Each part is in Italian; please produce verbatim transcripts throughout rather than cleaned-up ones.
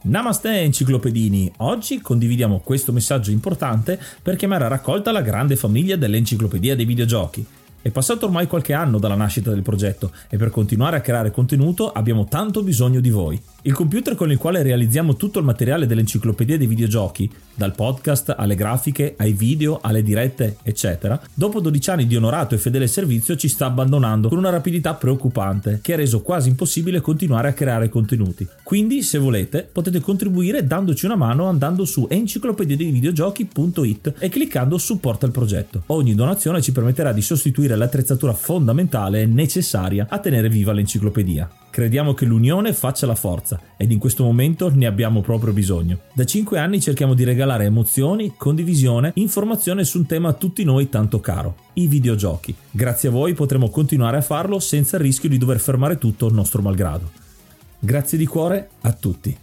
Namaste enciclopedini, oggi condividiamo questo messaggio importante per chiamare a raccolta la grande famiglia dell'Enciclopedia dei Videogiochi. È passato ormai qualche anno dalla nascita del progetto e per continuare a creare contenuto abbiamo tanto bisogno di voi. Il computer con il quale realizziamo tutto il materiale dell'Enciclopedia dei Videogiochi, dal podcast alle grafiche, ai video, alle dirette, eccetera, dopo dodici anni di onorato e fedele servizio ci sta abbandonando con una rapidità preoccupante che ha reso quasi impossibile continuare a creare contenuti. Quindi, se volete, potete contribuire dandoci una mano andando su enciclopedia dei videogiochi punto it e cliccando supporta il progetto. Ogni donazione ci permetterà di sostituire l'attrezzatura fondamentale e necessaria a tenere viva l'enciclopedia. Crediamo che l'unione faccia la forza ed in questo momento ne abbiamo proprio bisogno. Da cinque anni cerchiamo di regalare emozioni, condivisione, informazione su un tema a tutti noi tanto caro, i videogiochi. Grazie a voi potremo continuare a farlo senza il rischio di dover fermare tutto nostro malgrado. Grazie di cuore a tutti.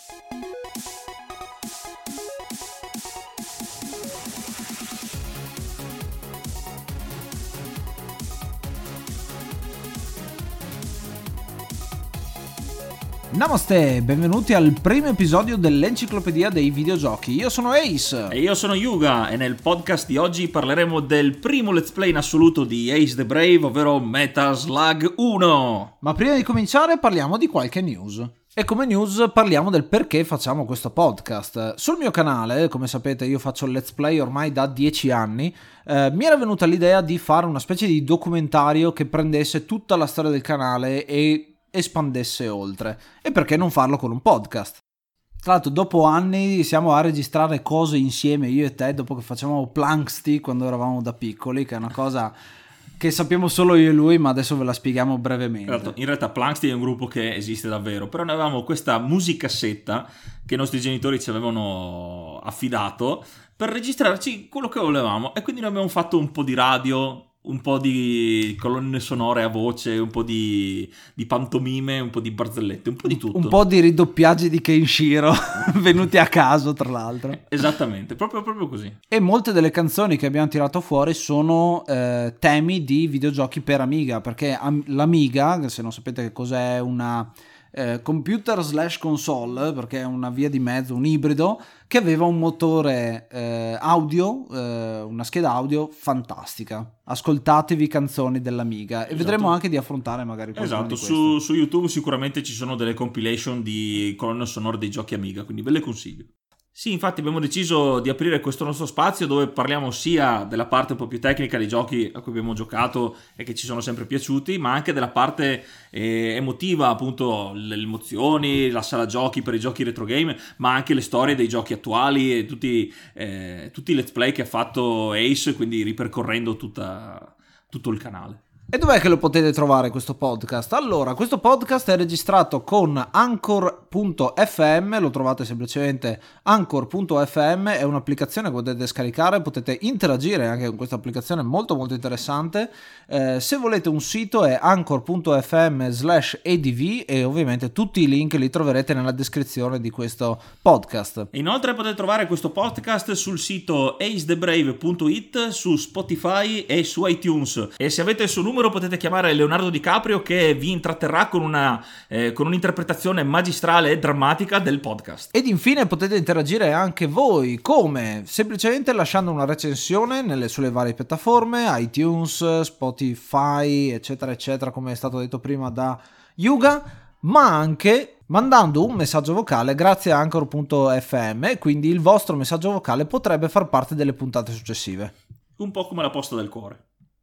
Namaste, benvenuti al primo episodio dell'Enciclopedia dei Videogiochi. Io sono Ace. E io sono Yuga e nel podcast di oggi parleremo del primo let's play in assoluto di Ace the Brave, ovvero Metal Slug uno. Ma prima di cominciare parliamo di qualche news. E come news parliamo del perché facciamo questo podcast. Sul mio canale, come sapete, io faccio il let's play ormai da dieci anni, eh, mi era venuta l'idea di fare una specie di documentario che prendesse tutta la storia del canale e espandesse oltre. E perché non farlo con un podcast? Tra l'altro dopo anni siamo a registrare cose insieme, io e te, dopo che facevamo Planksty quando eravamo da piccoli, che è una cosa che sappiamo solo io e lui, ma adesso ve la spieghiamo brevemente. Esatto, in realtà Planksty è un gruppo che esiste davvero, però noi avevamo questa musicassetta che i nostri genitori ci avevano affidato per registrarci quello che volevamo, e quindi noi abbiamo fatto un po' di radio, un po' di colonne sonore a voce, un po' di, di pantomime, un po' di barzellette, un po' di tutto. Un po' di ridoppiaggi di Kenshiro venuti a caso, tra l'altro. Esattamente, proprio, proprio così. E molte delle canzoni che abbiamo tirato fuori sono eh, temi di videogiochi per Amiga, perché am- l'Amiga, se non sapete che cos'è, una eh, computer slash console, perché è una via di mezzo, un ibrido, che aveva un motore eh, audio, eh, una scheda audio fantastica. Ascoltatevi canzoni dell'Amiga e esatto. Vedremo anche di affrontare magari qualcuna esatto, di su, su YouTube sicuramente ci sono delle compilation di colonne sonore dei giochi Amiga, quindi ve le consiglio. Sì, infatti abbiamo deciso di aprire questo nostro spazio dove parliamo sia della parte un po' più tecnica dei giochi a cui abbiamo giocato e che ci sono sempre piaciuti, ma anche della parte eh, emotiva, appunto le emozioni, la sala giochi per i giochi retro game, ma anche le storie dei giochi attuali e tutti, eh, tutti i let's play che ha fatto Ace, quindi ripercorrendo tutta, tutto il canale. E dov'è che lo potete trovare questo podcast? Allora, questo podcast è registrato con Anchor punto effe emme, lo trovate semplicemente Anchor punto effe emme, è un'applicazione che potete scaricare, potete interagire anche con questa applicazione molto molto interessante. Eh, se volete un sito è Anchor punto effe emme slash A D V e ovviamente tutti i link li troverete nella descrizione di questo podcast. Inoltre potete trovare questo podcast sul sito ace the brave punto it, su Spotify e su iTunes, e se avete il suo numero potete chiamare Leonardo DiCaprio che vi intratterrà con una eh, con un'interpretazione magistrale e drammatica del podcast. Ed infine potete interagire anche voi, come? Semplicemente lasciando una recensione nelle sulle varie piattaforme, iTunes, Spotify, eccetera eccetera, come è stato detto prima da Yuga, ma anche mandando un messaggio vocale grazie a Anchor punto effe emme, quindi il vostro messaggio vocale potrebbe far parte delle puntate successive. Un po' come la posta del cuore.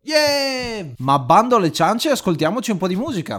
Yeah! Ma bando alle ciance e ascoltiamoci un po' di musica.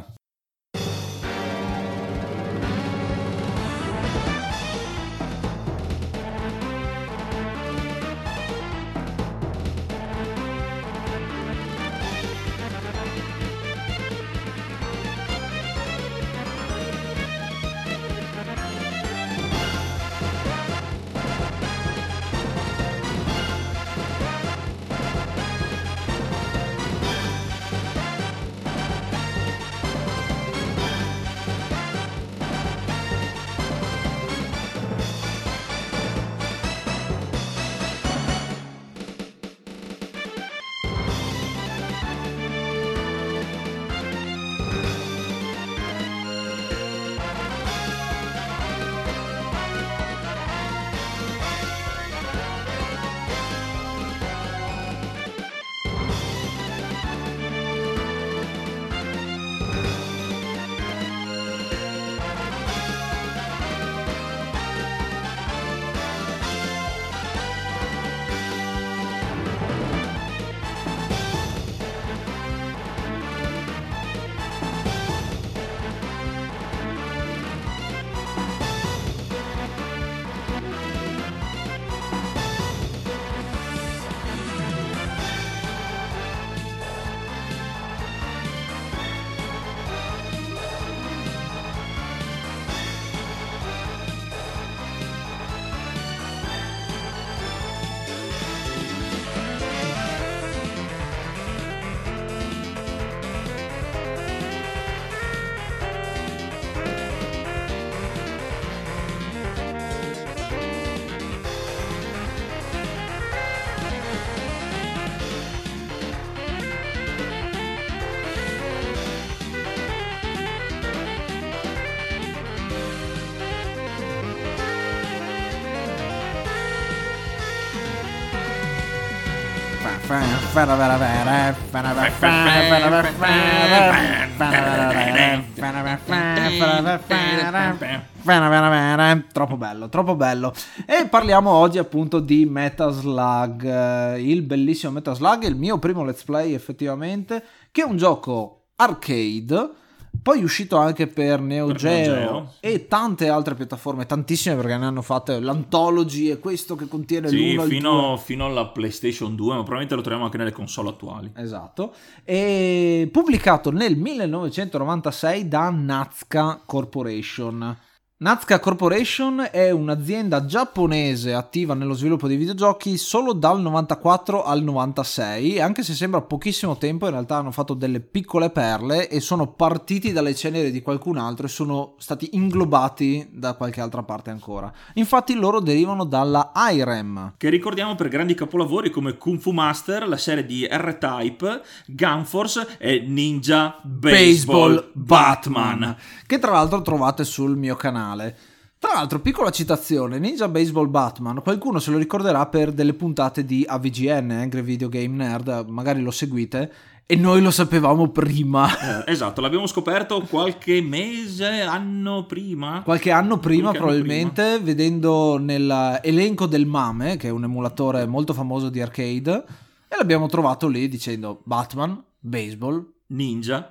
Troppo bello, troppo bello. E parliamo oggi appunto di Metal Slug, il bellissimo Metal Slug, il mio primo let's play effettivamente, che è un gioco arcade, poi uscito anche per Neo per Geo, Neo Geo e tante altre piattaforme, tantissime, perché ne hanno fatte l'Anthology e questo che contiene sì, l'uno e il fino, due. fino alla PlayStation due, ma probabilmente lo troviamo anche nelle console attuali. Esatto, e pubblicato nel millenovecentonovantasei da Nazca Corporation. Nazca Corporation è un'azienda giapponese attiva nello sviluppo di videogiochi solo dal novantaquattro al novantasei, anche se sembra pochissimo tempo, in realtà hanno fatto delle piccole perle e sono partiti dalle ceneri di qualcun altro e sono stati inglobati da qualche altra parte ancora. Infatti loro derivano dalla I R E M, che ricordiamo per grandi capolavori come Kung Fu Master, la serie di R-Type, Gunforce e Ninja Baseball, Baseball Batman. Batman, che tra l'altro trovate sul mio canale. Tra l'altro, piccola citazione, Ninja Baseball Batman, qualcuno se lo ricorderà per delle puntate di A V G N, Angry Video Game Nerd, magari lo seguite, e noi lo sapevamo prima. Eh, esatto, l'abbiamo scoperto qualche mese, anno prima. Qualche anno prima Qualche probabilmente, anno prima. vedendo nell'elenco del MAME, che è un emulatore molto famoso di arcade, e l'abbiamo trovato lì dicendo Batman, Baseball, Ninja.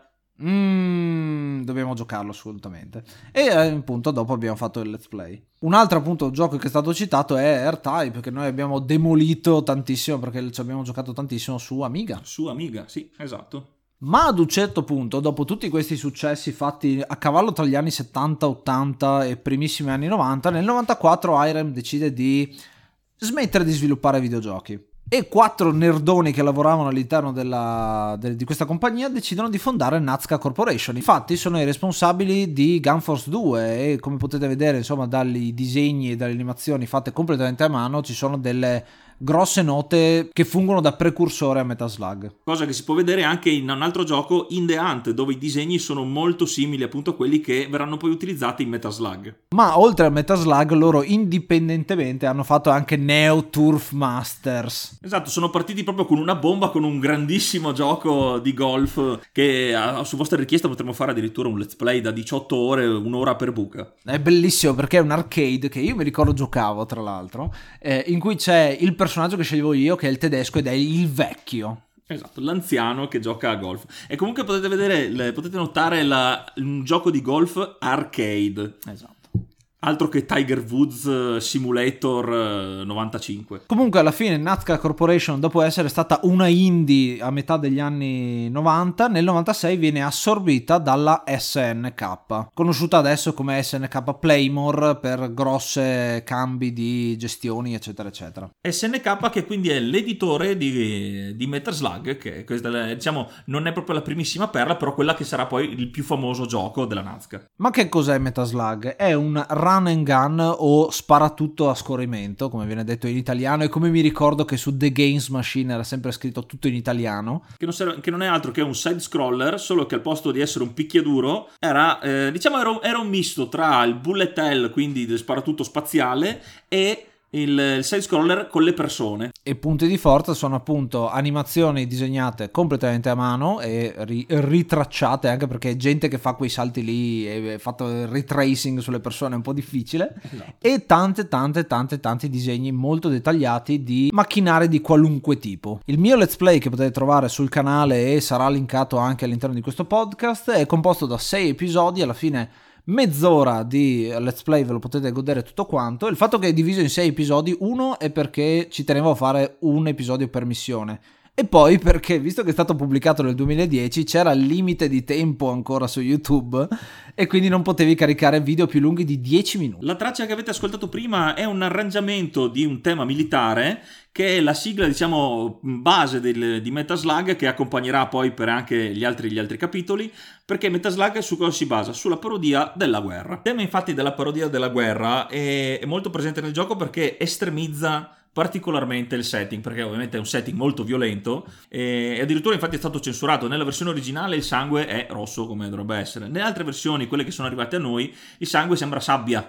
Mm, dobbiamo giocarlo assolutamente. E eh, appunto dopo abbiamo fatto il let's play. Un altro appunto gioco che è stato citato è R-Type, che noi abbiamo demolito tantissimo perché ci abbiamo giocato tantissimo su Amiga. Su Amiga, sì, esatto. Ma ad un certo punto, dopo tutti questi successi fatti a cavallo tra gli anni settanta, ottanta e primissimi anni novanta, nel novantaquattro I R E M decide di smettere di sviluppare videogiochi. E quattro nerdoni che lavoravano all'interno della, de, di questa compagnia decidono di fondare Nazca Corporation. Infatti sono i responsabili di Gunforce due e, come potete vedere, insomma, dai disegni e dalle animazioni fatte completamente a mano, ci sono delle grosse note che fungono da precursore a Metal Slug. Cosa che si può vedere anche in un altro gioco, In The Hunt, dove i disegni sono molto simili appunto a quelli che verranno poi utilizzati in Metal Slug. Ma oltre a Metal Slug, loro indipendentemente hanno fatto anche Neo Turf Masters. Esatto, sono partiti proprio con una bomba, con un grandissimo gioco di golf che a, su vostra richiesta potremmo fare addirittura un let's play da diciotto ore, un'ora per buca. È bellissimo perché è un arcade che io mi ricordo giocavo, tra l'altro, eh, in cui c'è il personaggio che sceglievo io, che è il tedesco, ed è il vecchio. Esatto, l'anziano che gioca a golf. E comunque potete vedere, le, potete notare la, un gioco di golf arcade. Esatto. Altro che Tiger Woods Simulator novantacinque. Comunque alla fine Nazca Corporation, dopo essere stata una indie a metà degli anni novanta, nel novantasei viene assorbita dalla S N K, conosciuta adesso come S N K Playmore per grosse cambi di gestioni eccetera eccetera. S N K che quindi è l'editore di, di Metal Slug, che questa, diciamo, non è proprio la primissima perla, però quella che sarà poi il più famoso gioco della Nazca. Ma che cos'è Metal Slug? È un run and gun o sparatutto a scorrimento, come viene detto in italiano, e come mi ricordo che su The Games Machine era sempre scritto tutto in italiano. Che non, serve, che non è altro che un side scroller, solo che al posto di essere un picchiaduro era, eh, diciamo, era, era un misto tra il bullet hell, quindi del sparatutto spaziale, e il, il side scroller con le persone. E punti di forza sono appunto animazioni disegnate completamente a mano e ri- ritracciate, anche perché gente che fa quei salti lì e fatto il retracing sulle persone è un po' difficile. Esatto. E tante tante tante tanti disegni molto dettagliati di macchinari di qualunque tipo. Il mio let's play, che potete trovare sul canale e sarà linkato anche all'interno di questo podcast, è composto da sei episodi. Alla fine mezz'ora di let's play ve lo potete godere tutto quanto. Il fatto che è diviso in sei episodi, uno è perché ci tenevo a fare un episodio per missione, e poi perché, visto che è stato pubblicato nel duemiladieci, c'era il limite di tempo ancora su YouTube e quindi non potevi caricare video più lunghi di dieci minuti. La traccia che avete ascoltato prima è un arrangiamento di un tema militare, che è la sigla, diciamo, base del, di Metal Slug, che accompagnerà poi per anche gli altri, gli altri capitoli, perché Metal Slug su cosa si basa? Sulla parodia della guerra. Il tema infatti della parodia della guerra è, è molto presente nel gioco perché estremizza particolarmente il setting, perché ovviamente è un setting molto violento e addirittura infatti è stato censurato. Nella versione originale il sangue è rosso come dovrebbe essere, nelle altre versioni, quelle che sono arrivate a noi, il sangue sembra sabbia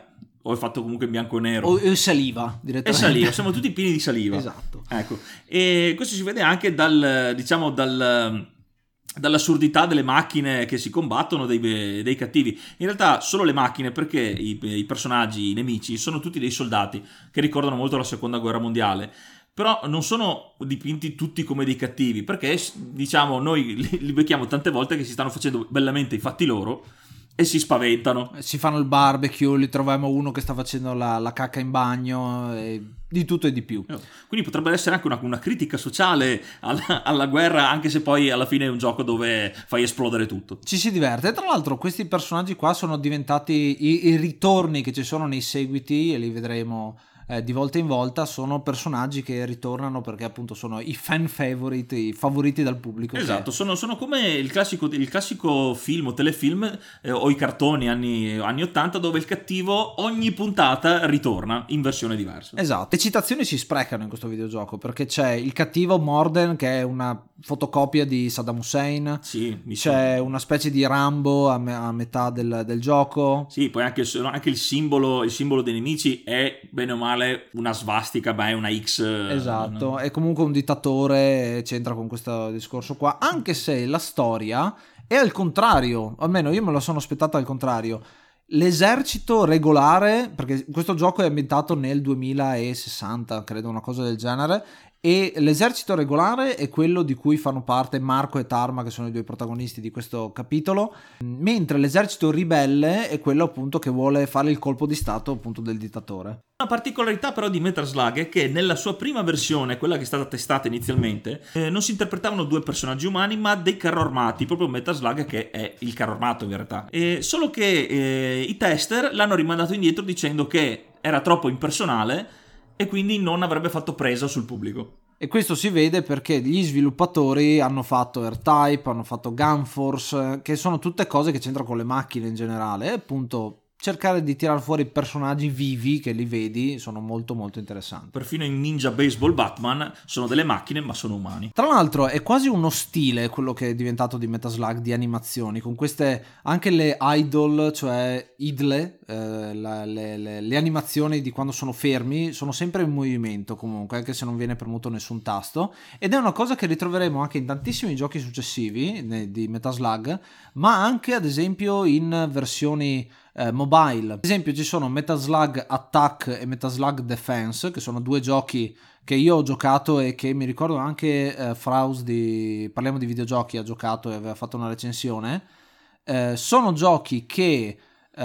o è fatto comunque in bianco e nero. O è saliva, È direttamente. saliva, siamo tutti pieni di saliva. Esatto. Ecco, e questo si vede anche dal, diciamo, dal, dall'assurdità delle macchine che si combattono dei, dei cattivi. In realtà solo le macchine, perché i, i personaggi, i nemici, sono tutti dei soldati che ricordano molto la seconda guerra mondiale. Però non sono dipinti tutti come dei cattivi, perché diciamo noi li, li becchiamo tante volte che si stanno facendo bellamente i fatti loro e si spaventano. Si fanno il barbecue, li troviamo uno che sta facendo la, la cacca in bagno, e di tutto e di più. Quindi potrebbe essere anche una, una critica sociale alla, alla guerra, anche se poi alla fine è un gioco dove fai esplodere tutto. Ci si diverte. E tra l'altro questi personaggi qua sono diventati i, i ritorni che ci sono nei seguiti, e li vedremo eh, di volta in volta. Sono personaggi che ritornano perché appunto sono i fan favorite, i favoriti dal pubblico. Esatto, che... sono, sono come il classico, il classico film o telefilm eh, o i cartoni anni, anni ottanta, dove il cattivo ogni puntata ritorna in versione diversa. Esatto. Le citazioni si sprecano in questo videogioco, perché c'è il cattivo Morden, che è una fotocopia di Saddam Hussein. Sì, mi c'è sono... una specie di Rambo a, me- a metà del, del gioco. Sì, poi anche, anche il simbolo il simbolo dei nemici è bene o male una svastica, beh, una X. Esatto, no? È comunque un dittatore, c'entra con questo discorso qua, anche se la storia è al contrario, almeno io me lo sono aspettato al contrario. L'esercito regolare, perché questo gioco è ambientato nel duemilasessanta, credo, una cosa del genere, e l'esercito regolare è quello di cui fanno parte Marco e Tarma, che sono i due protagonisti di questo capitolo, mentre l'esercito ribelle è quello appunto che vuole fare il colpo di stato appunto del dittatore. Una particolarità però di Metal Slug è che nella sua prima versione, quella che è stata testata inizialmente, eh, non si interpretavano due personaggi umani ma dei carro armati, proprio Metal Slug che è il carro armato in realtà. E solo che eh, i tester l'hanno rimandato indietro dicendo che era troppo impersonale e quindi non avrebbe fatto presa sul pubblico. E questo si vede perché gli sviluppatori hanno fatto R-Type, hanno fatto Gunforce, che sono tutte cose che c'entrano con le macchine in generale, e appunto cercare di tirar fuori personaggi vivi che li vedi sono molto molto interessanti. Perfino in Ninja Baseball Batman sono delle macchine ma sono umani. Tra l'altro è quasi uno stile quello che è diventato di Metal Slug, di animazioni, con queste anche le idle, cioè idle, eh, la, le, le, le animazioni di quando sono fermi sono sempre in movimento comunque, anche se non viene premuto nessun tasto, ed è una cosa che ritroveremo anche in tantissimi giochi successivi ne, di Metal Slug, ma anche ad esempio in versioni Eh, mobile. Ad esempio ci sono Metal Slug Attack e Metal Slug Defense, che sono due giochi che io ho giocato e che mi ricordo anche eh, Fraus di Parliamo di Videogiochi ha giocato e aveva fatto una recensione. Eh, sono giochi che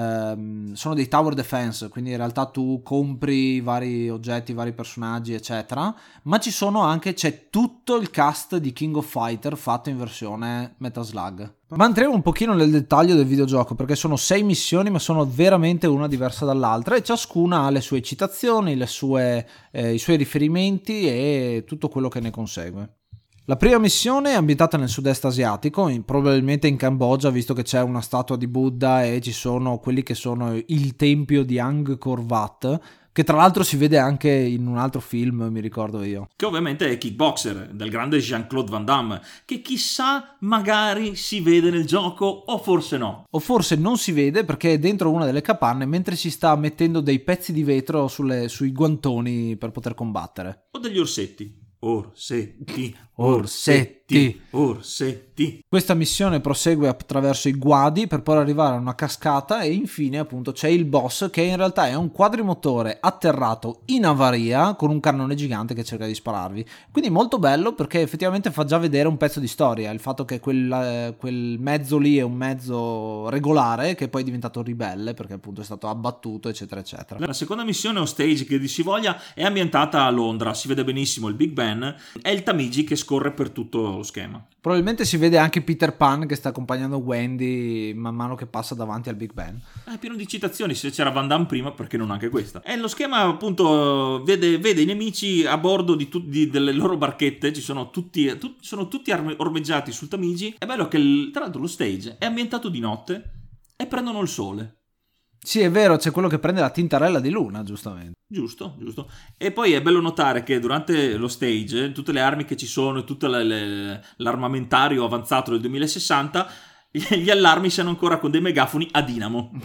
ehm, sono dei tower defense, quindi in realtà tu compri vari oggetti, vari personaggi eccetera, ma ci sono anche c'è tutto il cast di King of Fighter fatto in versione Metal Slug. Ma entriamo un pochino nel dettaglio del videogioco, perché sono sei missioni ma sono veramente una diversa dall'altra e ciascuna ha le sue citazioni, le sue, eh, i suoi riferimenti e tutto quello che ne consegue. La prima missione è ambientata nel sud-est asiatico, in, probabilmente in Cambogia, visto che c'è una statua di Buddha e ci sono quelli che sono il tempio di Angkor Wat, che tra l'altro si vede anche in un altro film, mi ricordo io. Che ovviamente è Kickboxer, del grande Jean-Claude Van Damme, che chissà magari si vede nel gioco o forse no. O forse non si vede perché è dentro una delle capanne mentre si sta mettendo dei pezzi di vetro sulle, sui guantoni per poter combattere. O degli orsetti. Orsetti, orsetti, orsetti. Questa missione prosegue attraverso i guadi per poi arrivare a una cascata e infine appunto c'è il boss, che in realtà è un quadrimotore atterrato in avaria con un cannone gigante che cerca di spararvi. Quindi molto bello perché effettivamente fa già vedere un pezzo di storia, il fatto che quel, quel mezzo lì è un mezzo regolare che poi è diventato ribelle perché appunto è stato abbattuto eccetera eccetera. La seconda missione o stage che si voglia è ambientata a Londra, si vede benissimo il Big Ben, è il Tamigi che scorre per tutto lo schema. Probabilmente si vede anche Peter Pan che sta accompagnando Wendy man mano che passa davanti al Big Ben. È pieno di citazioni, se c'era Van Damme prima perché non anche questa. E lo schema appunto vede, vede i nemici a bordo di tu, di, delle loro barchette, ci sono tutti, tu, sono tutti arme, ormeggiati sul Tamigi. È bello che il, tra l'altro lo stage è ambientato di notte e prendono il sole. Sì, è vero, c'è quello che prende la tintarella di luna, giustamente. Giusto, giusto. E poi è bello notare che durante lo stage, tutte le armi che ci sono e tutto le, le, l'armamentario avanzato del duemilasessanta, gli allarmi siano ancora con dei megafoni a dinamo.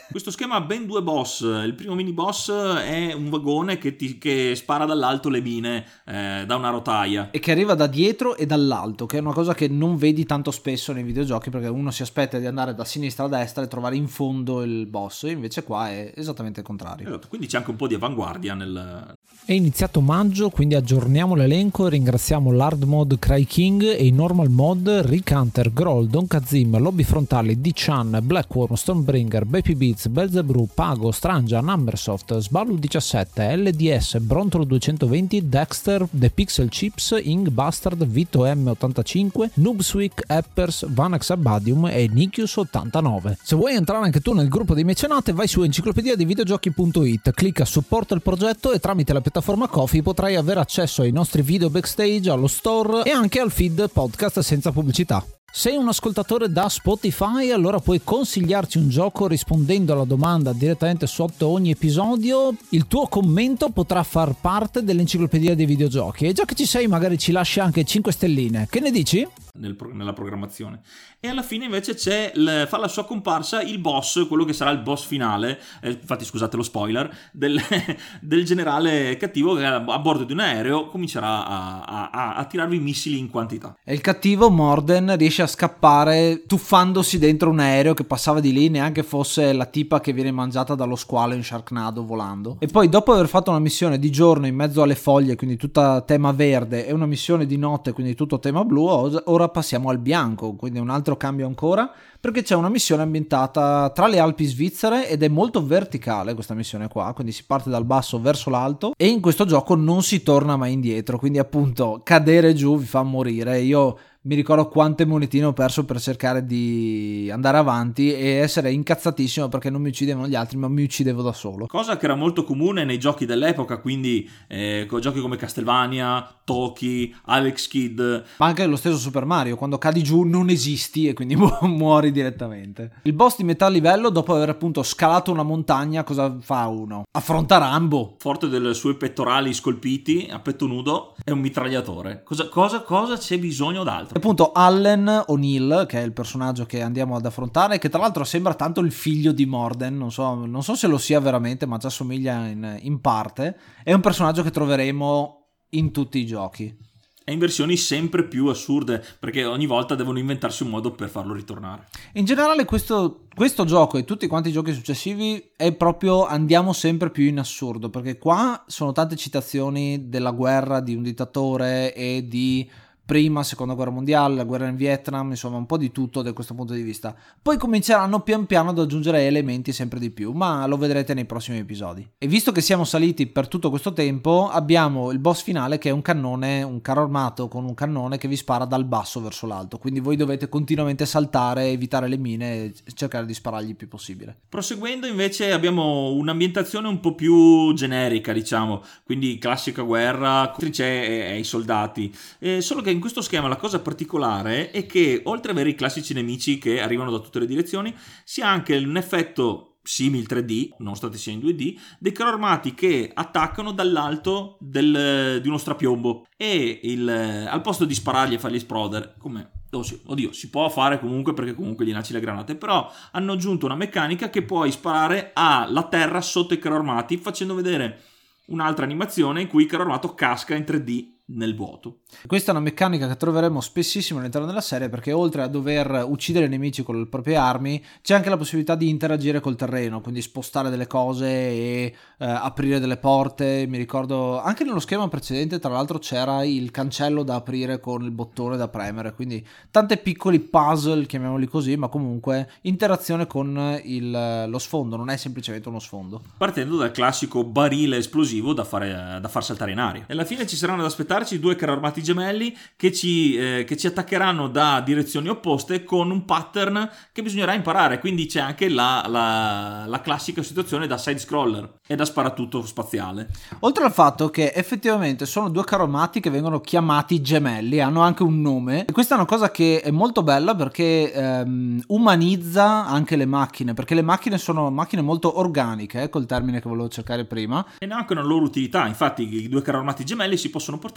Questo schema ha ben due boss. Il primo mini boss è un vagone che, ti, che spara dall'alto le mine eh, da una rotaia. E che arriva da dietro e dall'alto, che è una cosa che non vedi tanto spesso nei videogiochi, perché uno si aspetta di andare da sinistra a destra e trovare in fondo il boss, invece qua è esattamente il contrario. Esatto, quindi c'è anche un po' di avanguardia nel... È iniziato maggio, quindi aggiorniamo l'elenco e ringraziamo l'hard mod Cry King e i normal mod Rick Hunter, Groll, Don Kazim, Lobby Frontali, D-Chan, Blackworm, Stonebringer, Baby Beats, Belzebrew, Pago, Strangia, Numbersoft, Sballu diciassette, L D S, Brontolo duecentoventi, Dexter, The Pixel Chips, Ing Bastard, Vito M ottantacinque, Noobswick, Eppers, Vanax Abadium e Nikius ottantanove. Se vuoi entrare anche tu nel gruppo dei mecenate, vai su enciclopedia dei videogiochi punto it, clicca supporta il progetto e tramite la piattaforma Ko-fi potrai avere accesso ai nostri video backstage, allo store e anche al feed podcast senza pubblicità. Sei un ascoltatore da Spotify, allora puoi consigliarci un gioco rispondendo alla domanda direttamente sotto ogni episodio. Il tuo commento potrà far parte dell'enciclopedia dei videogiochi e già che ci sei magari ci lasci anche cinque stelline. Che ne dici? Nel, nella programmazione. E alla fine invece c'è il, fa la sua comparsa il boss, quello che sarà il boss finale, eh, infatti scusate lo spoiler, del, del generale cattivo che a bordo di un aereo comincerà a, a, a, a tirarvi missili in quantità. E il cattivo Morden riesce a scappare tuffandosi dentro un aereo che passava di lì, neanche fosse la tipa che viene mangiata dallo squalo in Sharknado volando. E poi dopo aver fatto una missione di giorno in mezzo alle foglie, quindi tutta tema verde, e una missione di notte, quindi tutto tema blu, ora passiamo al bianco, quindi un altro cambio ancora, perché c'è una missione ambientata tra le Alpi svizzere ed è molto verticale questa missione qua, quindi si parte dal basso verso l'alto e in questo gioco non si torna mai indietro, quindi appunto cadere giù vi fa morire. Io mi ricordo quante monetine ho perso per cercare di andare avanti e essere incazzatissimo perché non mi uccidevano gli altri ma mi uccidevo da solo, cosa che era molto comune nei giochi dell'epoca, quindi eh, con giochi come Castlevania, Toki, Alex Kidd, ma anche lo stesso Super Mario. Quando cadi giù non esisti e quindi mu- muori direttamente. Il boss di metà livello, dopo aver appunto scalato una montagna, cosa fa uno? Affronta Rambo, forte dei suoi pettorali scolpiti a petto nudo, è un mitragliatore. Cosa, cosa, cosa c'è bisogno d'altro? Appunto Allen O'Neill, che è il personaggio che andiamo ad affrontare, che tra l'altro sembra tanto il figlio di Morden, non so, non so se lo sia veramente, ma già somiglia in, in parte. È un personaggio che troveremo in tutti i giochi. E in versioni sempre più assurde, perché ogni volta devono inventarsi un modo per farlo ritornare. In generale questo, questo gioco e tutti quanti i giochi successivi è proprio andiamo sempre più in assurdo, perché qua sono tante citazioni della guerra di un dittatore e di prima, seconda guerra mondiale, la guerra in Vietnam, insomma un po' di tutto da questo punto di vista. Poi cominceranno pian piano ad aggiungere elementi sempre di più, ma lo vedrete nei prossimi episodi. E visto che siamo saliti per tutto questo tempo, abbiamo il boss finale che è un cannone, un carro armato con un cannone che vi spara dal basso verso l'alto, quindi voi dovete continuamente saltare, evitare le mine e cercare di sparargli il più possibile. Proseguendo invece abbiamo un'ambientazione un po' più generica, diciamo, quindi classica guerra, trincee e i soldati, eh, solo che in questo schema la cosa particolare è che oltre ad avere i classici nemici che arrivano da tutte le direzioni, si ha anche un effetto simile tre D, nonostante sia in due D, dei carri armati che attaccano dall'alto del, di uno strapiombo e il, al posto di sparargli e fargli esplodere, come oddio, si può fare comunque perché comunque gli lanci le granate, però hanno aggiunto una meccanica che puoi sparare alla terra sotto i carri armati, facendo vedere un'altra animazione in cui il carro armato casca in tre D nel vuoto. Questa è una meccanica che troveremo spessissimo all'interno della serie, perché oltre a dover uccidere i nemici con le proprie armi c'è anche la possibilità di interagire col terreno, quindi spostare delle cose e eh, aprire delle porte. Mi ricordo anche nello schema precedente tra l'altro c'era il cancello da aprire con il bottone da premere, quindi tante piccoli puzzle, chiamiamoli così, ma comunque interazione con il, lo sfondo, non è semplicemente uno sfondo. Partendo dal classico barile esplosivo da, fare, da far saltare in aria. E alla fine ci saranno da aspettare due carri armati gemelli che ci, eh, che ci attaccheranno da direzioni opposte con un pattern che bisognerà imparare, quindi c'è anche la, la, la classica situazione da side scroller e da sparatutto spaziale, oltre al fatto che effettivamente sono due carri armati che vengono chiamati gemelli, hanno anche un nome e questa è una cosa che è molto bella perché ehm, umanizza anche le macchine, perché le macchine sono macchine molto organiche, eh, col termine che volevo cercare prima, e ne ha anche una loro utilità. Infatti i due carri armati gemelli si possono portare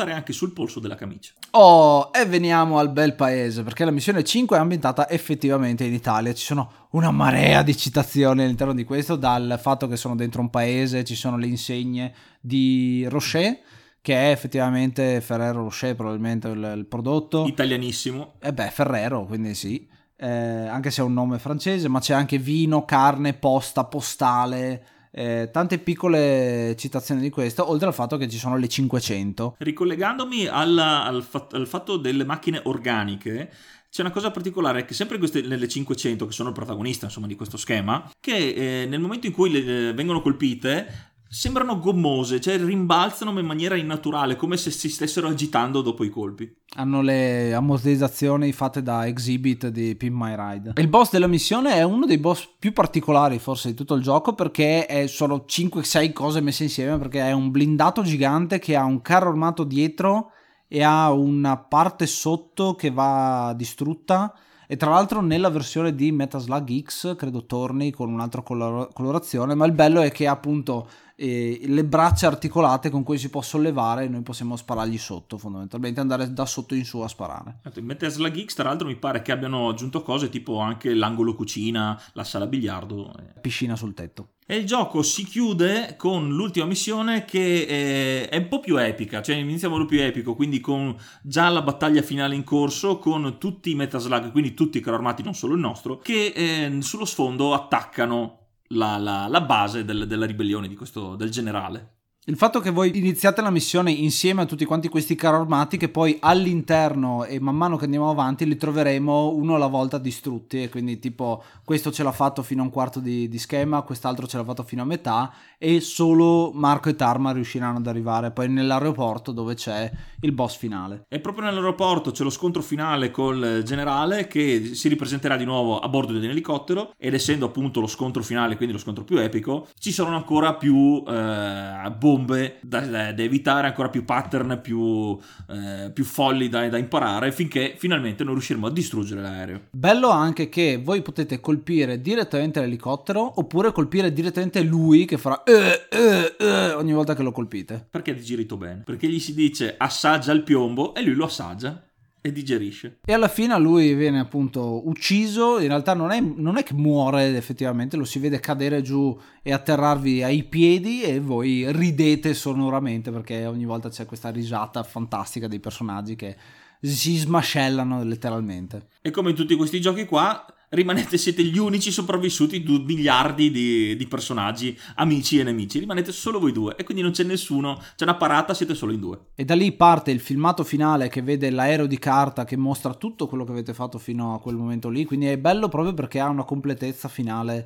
stare anche sul polso della camicia. Oh, e veniamo al bel paese, perché la missione cinque è ambientata effettivamente in Italia. Ci sono una marea di citazioni all'interno di questo, dal fatto che sono dentro un paese, ci sono le insegne di Rocher, che è effettivamente Ferrero Rocher probabilmente il, il prodotto. Italianissimo. E beh, Ferrero, quindi sì, eh, anche se è un nome francese, ma c'è anche vino, carne, posta, postale, eh, tante piccole citazioni di questo, oltre al fatto che ci sono le cinquecento. Ricollegandomi alla, al, fat, al fatto delle macchine organiche, c'è una cosa particolare che sempre queste, nelle cinquecento, che sono il protagonista insomma di questo schema, che eh, nel momento in cui le, eh, vengono colpite sembrano gommose, cioè rimbalzano in maniera innaturale, come se si stessero agitando dopo i colpi. Hanno le ammortizzazioni fatte da Exhibit di Pimp My Ride. Il boss della missione è uno dei boss più particolari forse di tutto il gioco, perché è solo cinque sei cose messe insieme, perché è un blindato gigante che ha un carro armato dietro e ha una parte sotto che va distrutta. E tra l'altro nella versione di Metal Slug X credo torni con un'altra color- colorazione, ma il bello è che ha appunto eh, le braccia articolate con cui si può sollevare e noi possiamo sparargli sotto, fondamentalmente andare da sotto in su a sparare. In Metal Slug X tra l'altro mi pare che abbiano aggiunto cose tipo anche l'angolo cucina, la sala biliardo, piscina sul tetto. E il gioco si chiude con l'ultima missione che è, è un po' più epica, cioè inizia molto più epico, quindi con già la battaglia finale in corso, con tutti i Metal Slug, quindi tutti i carri armati, non solo il nostro, che eh, sullo sfondo attaccano la, la, la base del, della ribellione di questo, del generale. Il fatto che voi iniziate la missione insieme a tutti quanti questi carri armati, che poi all'interno e man mano che andiamo avanti li troveremo uno alla volta distrutti, e quindi tipo questo ce l'ha fatto fino a un quarto di, di schema, quest'altro ce l'ha fatto fino a metà, e solo Marco e Tarma riusciranno ad arrivare poi nell'aeroporto dove c'è il boss finale. E proprio nell'aeroporto c'è lo scontro finale col generale, che si ripresenterà di nuovo a bordo di un elicottero, ed essendo appunto lo scontro finale, quindi lo scontro più epico, ci sono ancora più eh, bombe da, da, da evitare, ancora più pattern più, eh, più folli da, da imparare, finché finalmente non riusciremo a distruggere l'aereo. Bello anche che voi potete colpire direttamente l'elicottero oppure colpire direttamente lui, che farà eh, eh, eh, ogni volta che lo colpite. Perché è digerito bene? Perché gli si dice assaggia il piombo e lui lo assaggia e digerisce. E alla fine lui viene appunto ucciso. In realtà non è, non è che muore effettivamente, lo si vede cadere giù e atterrarvi ai piedi, e voi ridete sonoramente perché ogni volta c'è questa risata fantastica dei personaggi che si smascellano letteralmente. E come in tutti questi giochi qua, rimanete, siete gli unici sopravvissuti di miliardi di, di personaggi, amici e nemici, rimanete solo voi due, e quindi non c'è nessuno, c'è una parata, siete solo in due. E da lì parte il filmato finale che vede l'aereo di carta che mostra tutto quello che avete fatto fino a quel momento lì, quindi è bello proprio perché ha una completezza finale,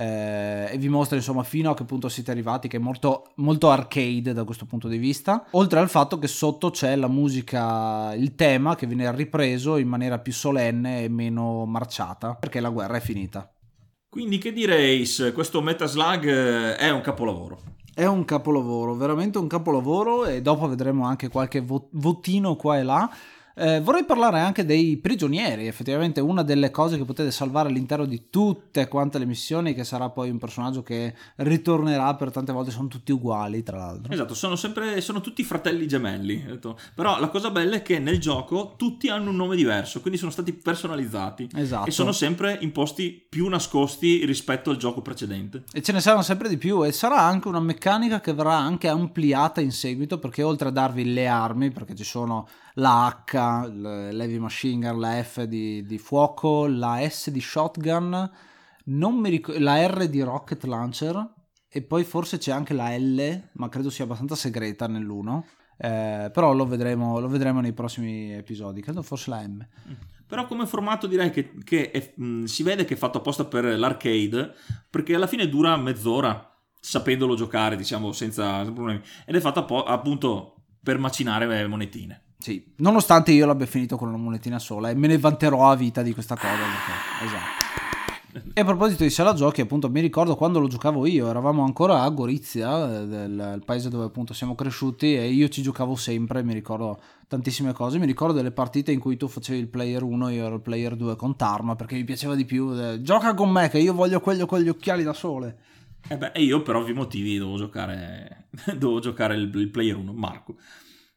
eh, e vi mostra insomma fino a che punto siete arrivati, che è molto, molto arcade da questo punto di vista, oltre al fatto che sotto c'è la musica, il tema che viene ripreso in maniera più solenne e meno marciata, perché la guerra è finita. Quindi che dire, Ace, questo Metal Slug è un capolavoro. È un capolavoro, veramente un capolavoro, e dopo vedremo anche qualche vo- votino qua e là. Eh, vorrei parlare anche dei prigionieri. Effettivamente una delle cose che potete salvare all'interno di tutte quante le missioni, che sarà poi un personaggio che ritornerà per tante volte, sono tutti uguali tra l'altro. Esatto, sono sempre sono tutti fratelli gemelli. Però la cosa bella è che nel gioco tutti hanno un nome diverso, quindi sono stati personalizzati. Esatto. E sono sempre in posti più nascosti rispetto al gioco precedente. E ce ne saranno sempre di più, e sarà anche una meccanica che verrà anche ampliata in seguito, perché oltre a darvi le armi, perché ci sono la H, l'heavy machine gun, la F di, di fuoco, la S di shotgun, non mi ric- la R di rocket launcher, e poi forse c'è anche la L, ma credo sia abbastanza segreta nell'uno, eh, però lo vedremo, lo vedremo nei prossimi episodi, credo forse la M. Però come formato direi che, che è, mh, si vede che è fatto apposta per l'arcade, perché alla fine dura mezz'ora, sapendolo giocare, diciamo, senza problemi, ed è fatto appo- appunto per macinare monetine. Sì, nonostante io l'abbia finito con una monetina sola, e me ne vanterò a vita di questa cosa, perché, esatto. E a proposito di sala giochi, appunto, mi ricordo quando lo giocavo io, eravamo ancora a Gorizia, del, il paese dove appunto siamo cresciuti, e io ci giocavo sempre, mi ricordo tantissime cose, mi ricordo delle partite in cui tu facevi il player uno, io ero il player due con Tarma, perché mi piaceva di più, eh, gioca con me che io voglio quello con gli occhiali da sole. E beh, e io per ovvi motivi dovevo giocare, dovevo giocare il, il player uno, Marco.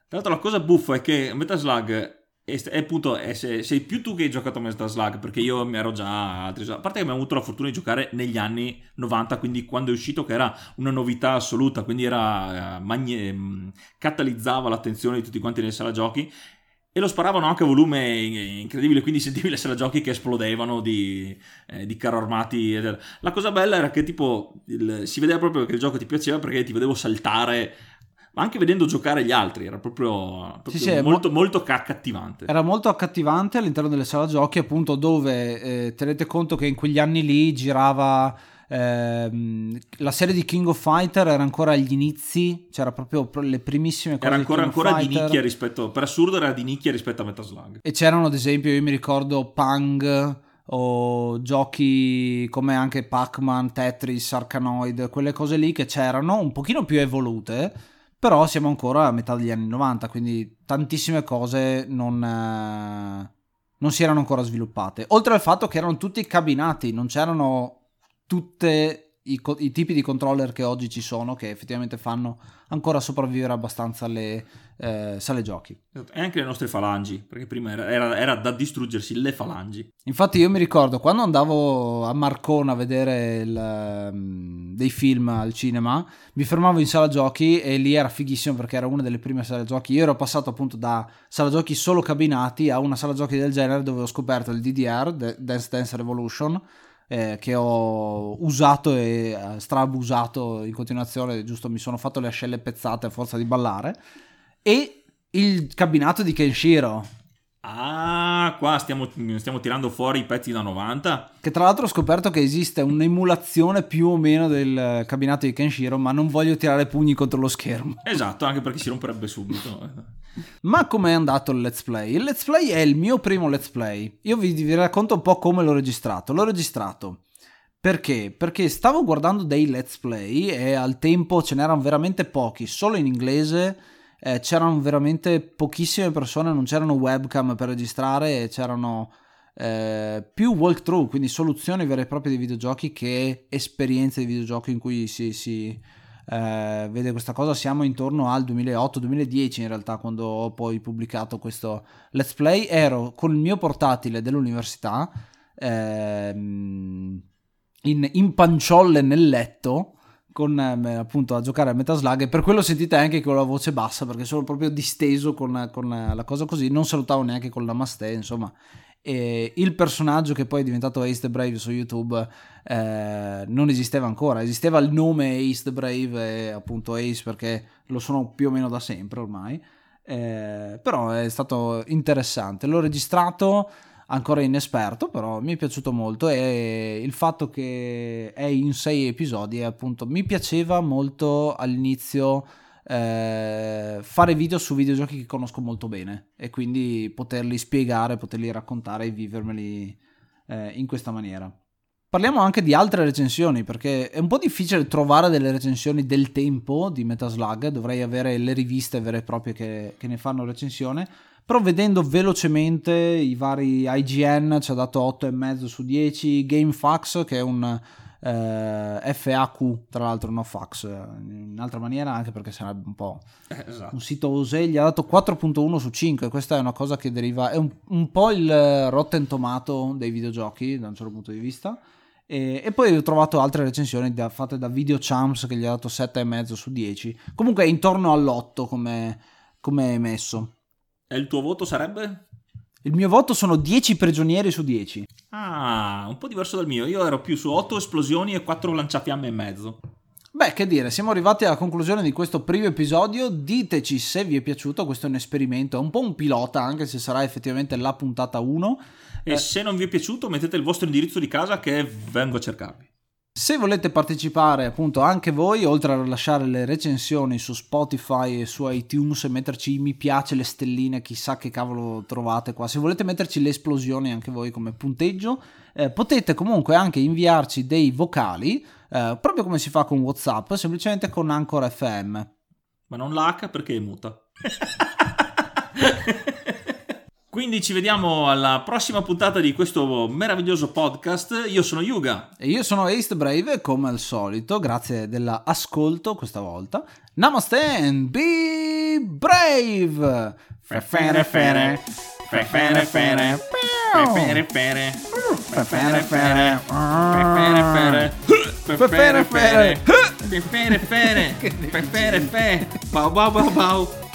Tra l'altro la cosa buffa è che Metal Slug è, è appunto è, sei, sei più tu che hai giocato a Metal Slug, perché io mi ero già altri, a parte che abbiamo avuto la fortuna di giocare negli anni novanta, quindi quando è uscito, che era una novità assoluta, quindi era magne, catalizzava l'attenzione di tutti quanti nelle sala giochi, e lo sparavano anche a volume incredibile, quindi sentivi le sala giochi che esplodevano di, eh, di carro armati. La cosa bella era che tipo il, si vedeva proprio che il gioco ti piaceva perché ti vedevo saltare, ma anche vedendo giocare gli altri, era proprio, proprio sì, sì, molto, mo- molto accattivante. Era molto accattivante all'interno delle sala giochi, appunto, dove eh, tenete conto che in quegli anni lì girava ehm, la serie di King of Fighter, era ancora agli inizi, c'era proprio le primissime cose. Era ancora, di, King ancora of di nicchia rispetto, per assurdo era di nicchia rispetto a Metal Slug. E c'erano ad esempio, io mi ricordo Pang o giochi come anche Pac-Man, Tetris, Arkanoid, quelle cose lì che c'erano, un pochino più evolute. Però siamo ancora a metà degli anni novanta, quindi tantissime cose non, eh, non si erano ancora sviluppate. Oltre al fatto che erano tutti cabinati, non c'erano tutti i, i tipi di controller che oggi ci sono, che effettivamente fanno ancora sopravvivere abbastanza alle eh, sale giochi. E anche le nostre falangi, perché prima era, era, era da distruggersi le falangi. Infatti io mi ricordo quando andavo a Marcona a vedere il, um, dei film al cinema, mi fermavo in sala giochi e lì era fighissimo perché era una delle prime sale giochi. Io ero passato appunto da sala giochi solo cabinati a una sala giochi del genere, dove ho scoperto il D D R, Dance Dance Revolution, eh, che ho usato e strabusato in continuazione, giusto mi sono fatto le ascelle pezzate a forza di ballare, e il cabinato di Kenshiro. Ah, qua stiamo, stiamo tirando fuori i pezzi da novanta. Che tra l'altro ho scoperto che esiste un'emulazione più o meno del cabinato di Kenshiro, ma non voglio tirare pugni contro lo schermo. Esatto, anche perché si romperebbe subito. Ma com'è andato il let's play? Il let's play è il mio primo let's play. Io vi, vi racconto un po' come l'ho registrato. L'ho registrato perché? Perché stavo guardando dei let's play e al tempo ce n'erano veramente pochi, solo in inglese. Eh, c'erano veramente pochissime persone, non c'erano webcam per registrare e c'erano eh, più walkthrough, quindi soluzioni vere e proprie di videogiochi che esperienze di videogiochi in cui si, si eh, vede questa cosa. Siamo intorno al duemilaotto duemiladieci in realtà, quando ho poi pubblicato questo let's play. Ero con il mio portatile dell'università ehm, in, in panciolle nel letto con eh, appunto a giocare a Metal Slug, e per quello sentite anche con la voce bassa, perché sono proprio disteso con, con la cosa così, non salutavo neanche con la namaste, insomma. E il personaggio che poi è diventato Ace the Brave su YouTube eh, non esisteva ancora, esisteva il nome Ace the Brave e appunto Ace perché lo sono più o meno da sempre ormai, eh, però è stato interessante, l'ho registrato ancora inesperto, però mi è piaciuto molto, e il fatto che è in sei episodi, appunto mi piaceva molto all'inizio eh, fare video su videogiochi che conosco molto bene e quindi poterli spiegare, poterli raccontare e vivermeli eh, in questa maniera. Parliamo anche di altre recensioni, perché è un po' difficile trovare delle recensioni del tempo di Metal Slug, dovrei avere le riviste vere e proprie che, che ne fanno recensione. Però vedendo velocemente i vari I G N ci ha dato otto virgola cinque su dieci, GameFAQs, che è un eh, F A Q tra l'altro, no fax in altra maniera, anche perché sarebbe un po' eh, esatto. un sito osé, gli ha dato quattro virgola uno su cinque. Questa è una cosa che deriva, è un, un po' il Rotten Tomato dei videogiochi da un certo punto di vista. E, e poi ho trovato altre recensioni da, fatte da Video Champs che gli ha dato sette virgola cinque su dieci. Comunque è intorno all'otto come, come è messo. E il tuo voto sarebbe? Il mio voto sono dieci prigionieri su dieci. Ah, un po' diverso dal mio. Io ero più su otto esplosioni e quattro lanciafiamme e mezzo. Beh, che dire, siamo arrivati alla conclusione di questo primo episodio. Diteci se vi è piaciuto, questo è un esperimento, è un po' un pilota, anche se sarà effettivamente la puntata uno. E eh, se non vi è piaciuto, mettete il vostro indirizzo di casa che vengo a cercarvi. Se volete partecipare appunto anche voi, oltre a lasciare le recensioni su Spotify e su iTunes e metterci i mi piace, le stelline, chissà che cavolo trovate qua, se volete metterci le esplosioni anche voi come punteggio, eh, potete comunque anche inviarci dei vocali, eh, proprio come si fa con WhatsApp, semplicemente con Anchor F M. Ma non l'H perché è muta. Quindi ci vediamo alla prossima puntata di questo meraviglioso podcast. Io sono Yuga. E io sono Ace the Brave, come al solito. Grazie dell'ascolto questa volta. Namaste and be brave! Fere fere, fere fere fere, fere fere, fere fere, fere fere, fere fere, fere fere, fere fere, bau bau bau bau.